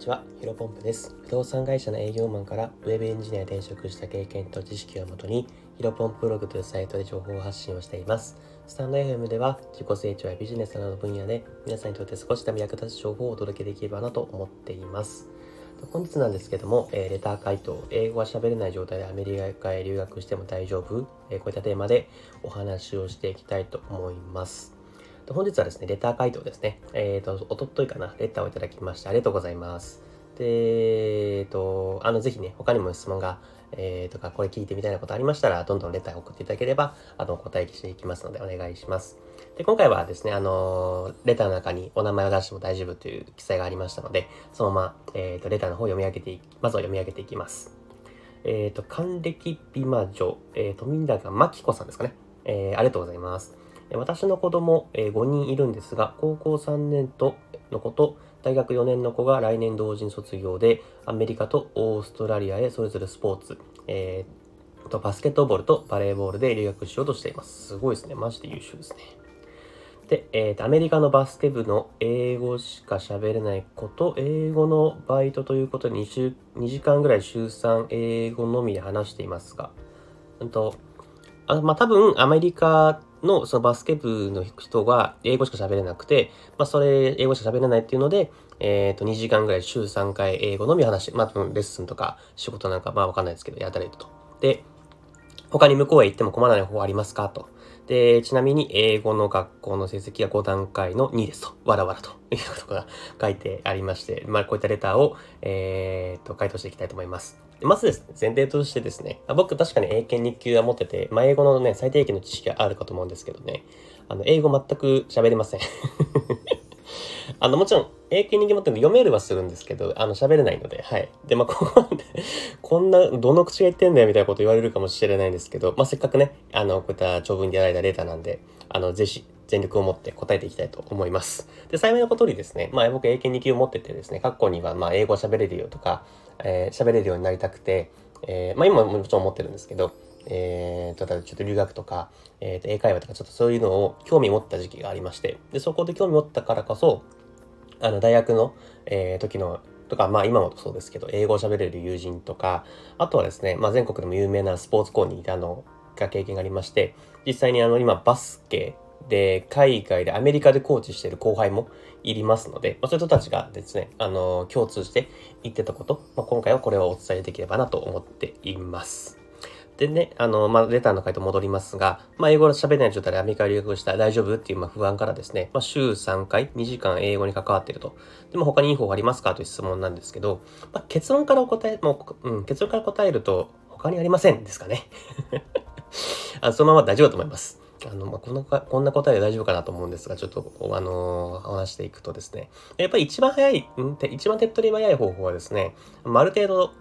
ちは、ヒロポンプです。不動産会社の営業マンからウェブエンジニアに転職した経験と知識をもとに、ヒロポンプブログというサイトで情報発信をしています。スタンド FM では自己成長やビジネスなどの分野で皆さんにとって少しでも役立つ情報をお届けできればなと思っています。本日なんですけども、レター回答、英語が喋れない状態でアメリカへ留学しても大丈夫？こういったテーマでお話をしていきたいと思います。本日はですね、レター回答ですね。おとといかな、レターをいただきましてありがとうございます。で、ぜひね、他にも質問が、これ聞いてみたいなことありましたら、どんどんレターを送っていただければ、お答えしていきますので、お願いします。で、今回はですね、レターの中にお名前を出しても大丈夫という記載がありましたので、そのまま、レターの方をまずは読み上げていきます。還暦美魔女、富永真紀子さんですかね。ありがとうございます。私の子供、5人いるんですが、高校3年の子と大学4年の子が来年同時に卒業で、アメリカとオーストラリアへそれぞれスポーツ、バスケットボールとバレーボールで留学しようとしています。すごいですね。マジで優秀ですね。で、アメリカのバスケ部の英語しか喋れない子と英語のバイトということで2時間ぐらい週3英語のみで話していますが、多分アメリカのそのバスケ部の人が英語しか喋れなくて、英語しか喋れないっていうので、2時間ぐらい週3回英語のみ話して、レッスンとか仕事なんかわかんないですけど、やったりと。で、他に向こうへ行っても困らない方法ありますかと。で、ちなみに英語の学校の成績は5段階の2ですと。わらわらということが書いてありまして、こういったレターを、回答していきたいと思います。まずですね、前提としてですね、僕確かに英検2級は持ってて、英語のね、最低限の知識があるかと思うんですけどね、英語全く喋れません。もちろん、英検2級持ってるの読めるはするんですけど、喋れないので、はい。で、こんな、どの口が言ってんだよみたいなこと言われるかもしれないんですけど、せっかくね、こういった長文でやられたレターなんで、ぜひ、全力を持って答えていきたいと思います。で、幸いのことにですね、僕、英検2級を持っててですね、過去には、英語喋れるよとか、喋れるようになりたくて、今ももちろん持ってるんですけど、例えばちょっと留学とか、英会話とかちょっとそういうのを興味持った時期がありまして、で、そこで興味持ったからこそ、大学の、時の、とか、今もそうですけど、英語を喋れる友人とか、あとはですね、全国でも有名なスポーツ校にいた経験がありまして、実際に今バスケで、海外でアメリカでコーチしている後輩もいりますので、そういう人たちがですね、共通して言ってたこと、今回はこれをお伝えできればなと思っています。でね、レターの回答戻りますが、英語を喋れない状態でアメリカ留学したら大丈夫っていう不安からですね、週3回2時間英語に関わっていると。でも他にいい方法ありますかという質問なんですけど、結論から答えると他にありませんですかね。そのまま大丈夫だと思います。こんな答えで大丈夫かなと思うんですが、ちょっと、話していくとですね、やっぱり一番手っ取り早い方法はですね、ある程度、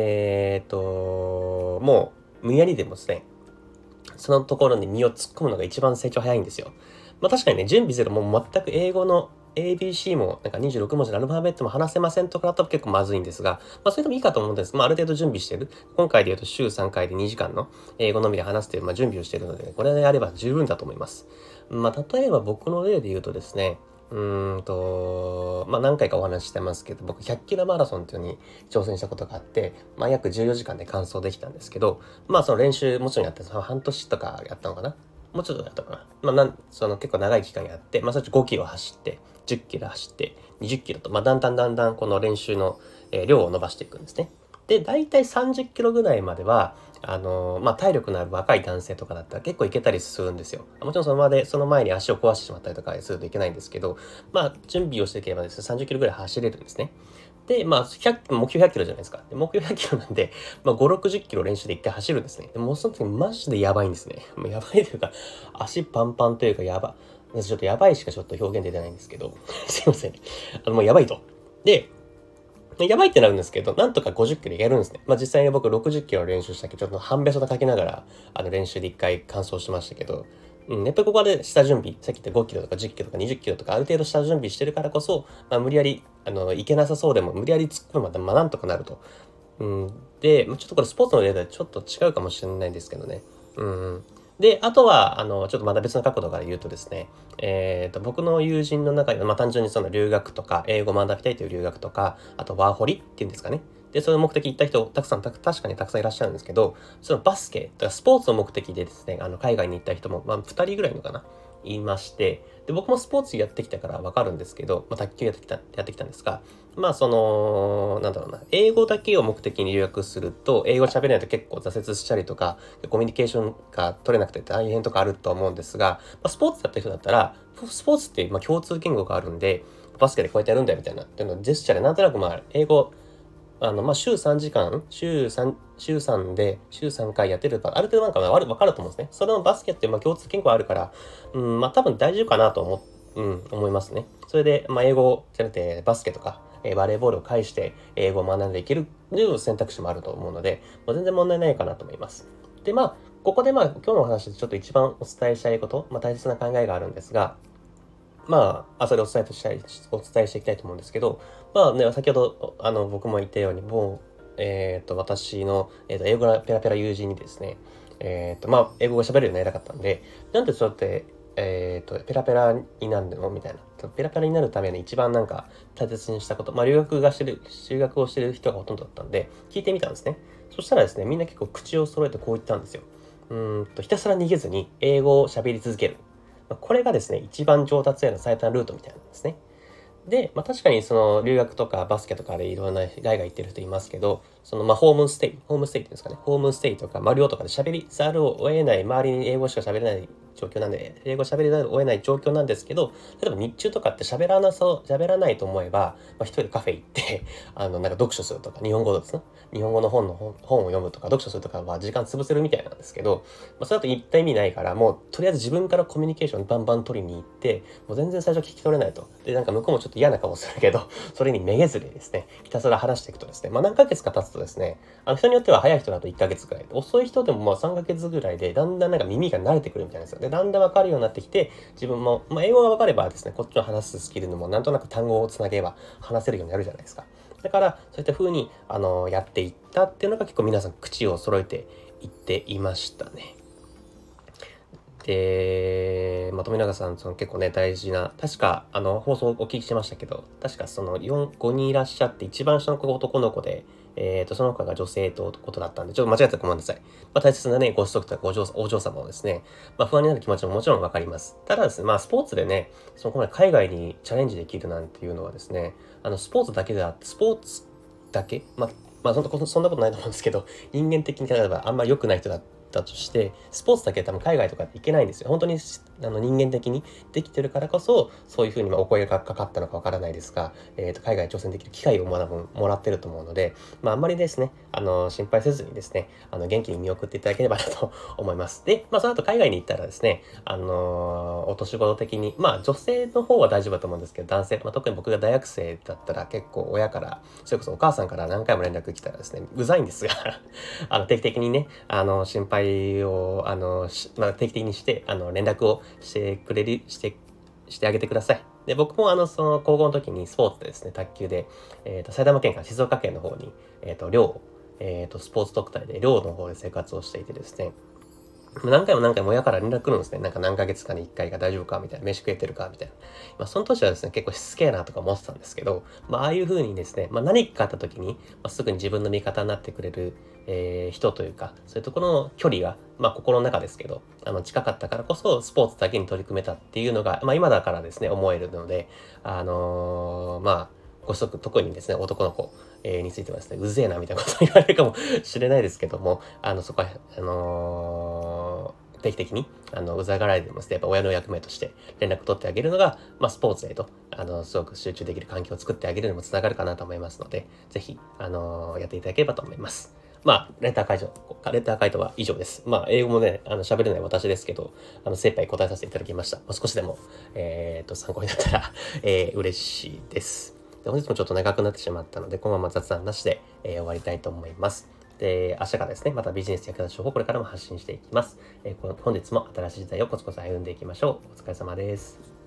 もう、無理やりでもですね、そのところに身を突っ込むのが一番成長早いんですよ。確かにね、準備するもう全く英語の ABC もなんか26文字のアルファベットも話せませんとかだと結構まずいんですが、それでもいいかと思うんです。ある程度準備してる。今回で言うと週3回で2時間の英語のみで話すという、準備をしているので、これであれば十分だと思います。例えば僕の例で言うとですね、何回かお話ししてますけど、僕100キロマラソンっていうのに挑戦したことがあって、約14時間で完走できたんですけど、その練習もちろんやって、半年とかやったのかな、もうちょっとやったかな、結構長い期間やって、そっち5キロ走って、10キロ走って、20キロと、だんだんこの練習の、量を伸ばしていくんですね。で、だいたい30キロぐらいまでは、体力のある若い男性とかだったら結構いけたりするんですよ。もちろんその前に足を壊してしまったりとかするといけないんですけど、準備をしていけばですね、30キロぐらい走れるんですね。で、目標100キロじゃないですか。で目標100キロなんで、5、60キロ練習で1回走るんですね。でもうその時マジでやばいんですね。もうやばいというか、足パンパンというかちょっとやばいしかちょっと表現出てないんですけど、すいません。もうやばいと。で、やばいってなるんですけど、なんとか50キロいけるんですね。実際に僕60キロ練習したけど、ちょっと半べそと書きながら、練習で1回完走しましたけど、やっぱりここで下準備、さっき言った5キロとか10キロとか20キロとかある程度下準備してるからこそ、無理やり、いけなさそうでも無理やり突っ込むまで、なんとかなると。で、ちょっとこれスポーツの例ではちょっと違うかもしれないんですけどね。 で、あとは、ちょっとまた別の角度から言うとですね、僕の友人の中には、単純にその留学とか、英語を学びたいという留学とか、あとワーホリっていうんですかね。で、その目的行った人、確かにたくさんいらっしゃるんですけど、そのバスケ、だからスポーツを目的でですね、海外に行った人も、2人ぐらいのかな、いまして、で、僕もスポーツやってきたからわかるんですけど、卓球やってきたんですが、英語だけを目的に留学すると、英語喋れないと結構挫折したりとか、コミュニケーションが取れなくて大変とかあると思うんですが、スポーツやってる人だったら、スポーツって共通言語があるんで、バスケでこうやってやるんだよみたいな、っていうのをジェスチャーでなんとなく英語、週3時間、週3で、週3回やってるから、ある程度わかると思うんですね。それのバスケって共通言語あるから、多分大丈夫かなと思いますね。それで、英語じゃなくてバスケとか、バレーボールを介して英語を学んでいけるという選択肢もあると思うので、全然問題ないかなと思います。で、ここで今日のお話でちょっと一番お伝えしたいこと、大切な考えがあるんですが、それをお伝えしていきたいと思うんですけど、先ほど、僕も言ったように、私の、英語がペラペラ友人にですね、英語が喋れるようになりたかったんで、なんでそうやって、ペラペラになるのみたいな。ペラペラになるために一番大切にしたこと、留学をしてる人がほとんどだったんで、聞いてみたんですね。そしたらですね、みんな結構口を揃えてこう言ったんですよ。ひたすら逃げずに英語を喋り続ける。これがですね、一番上達への最短ルートみたいなんですね。で、確かにその留学とかバスケとかでいろんな海外行ってる人いますけど、そのホームステイっていうんですかね、ホームステイとか寮とかで喋りざるを得ない、周りに英語しか喋れない状況なんで、英語喋りざるを得ない状況なんですけど、例えば日中とかって喋らないと思えば、一人でカフェ行って読書するとか、日本語ですね。日本語の本を読むとか、読書するとかは時間潰せるみたいなんですけど、それだと言った意味ないから、もうとりあえず自分からコミュニケーションバンバン取りに行って、もう全然最初聞き取れないと。で、向こうもちょっと嫌な顔するけど、それにめげずにですね、ひたすら話していくとですね、何ヶ月か経つとですね、人によっては早い人だと1ヶ月くらい、遅い人でも3ヶ月ぐらいで、だんだん耳が慣れてくるみたいなんですよ。で、だんだんわかるようになってきて、自分も、英語がわかればですね、こっちの話すスキルにもなんとなく単語をつなげば話せるようになるじゃないですか。だから、そういった風に、やっていったっていうのが結構皆さん口を揃えて言っていましたね。で、富永さん、結構ね、大事な、確か、放送お聞きしましたけど、確か5人いらっしゃって、一番下の子が男の子で、その他が女性とことだったんで、ちょっと間違ってたらごめんなさい。大切なね、ご子息とかお嬢様をですね、不安になる気持ちももちろんわかります。ただですね、スポーツでね、こまで海外にチャレンジできるなんていうのはですね、スポーツだけであって、スポーツだけそんなことないと思うんですけど、人間的に例えばあんまり良くない人だったとして、スポーツだけ多分海外とかっていけないんですよ。本当に人間的にできてるからこそ、そういうふうにお声がかかったのかわからないですが、海外に挑戦できる機会を多分もらってると思うので、あんまりですね、心配せずにですね、元気に見送っていただければなと思います。で、その後海外に行ったらですね、お年頃的に、女性の方は大丈夫だと思うんですけど、男性、特に僕が大学生だったら結構親から、それこそお母さんから何回も連絡来たらですね、うざいんですが定期的にね、心配を、定期的にして、連絡をしてあげてください。で、僕もその高校の時にスポーツでですね、卓球で、埼玉県から静岡県の方に、寮、スポーツ特待で寮の方で生活をしていてですね、何回も親から連絡来るんですね。何ヶ月かに1回が大丈夫かみたいな。飯食えてるかみたいな。その当時はですね、結構しつけえなとか思ってたんですけど、ああいう風にですね、何かあった時に、すぐに自分の味方になってくれる、人というか、そういうところの距離が、心の中ですけど、近かったからこそ、スポーツだけに取り組めたっていうのが、今だからですね、思えるので、特にですね、男の子、についてはですね、うぜえなみたいなことを言われるかもしれないですけども、そこは、定期的に、うざがられてもですね、やっぱ親の役目として連絡取ってあげるのが、スポーツへと、すごく集中できる環境を作ってあげるのにもつながるかなと思いますので、ぜひ、やっていただければと思います。レター回答は以上です。英語もね、喋れない私ですけど、精一杯答えさせていただきました。少しでも、参考になったら、嬉しいです。で、本日もちょっと長くなってしまったので、このまま雑談なしで、終わりたいと思います。で、明日からですね、またビジネス役立つ情報をこれからも発信していきます。本日も新しい時代をコツコツ歩んでいきましょう。お疲れ様です。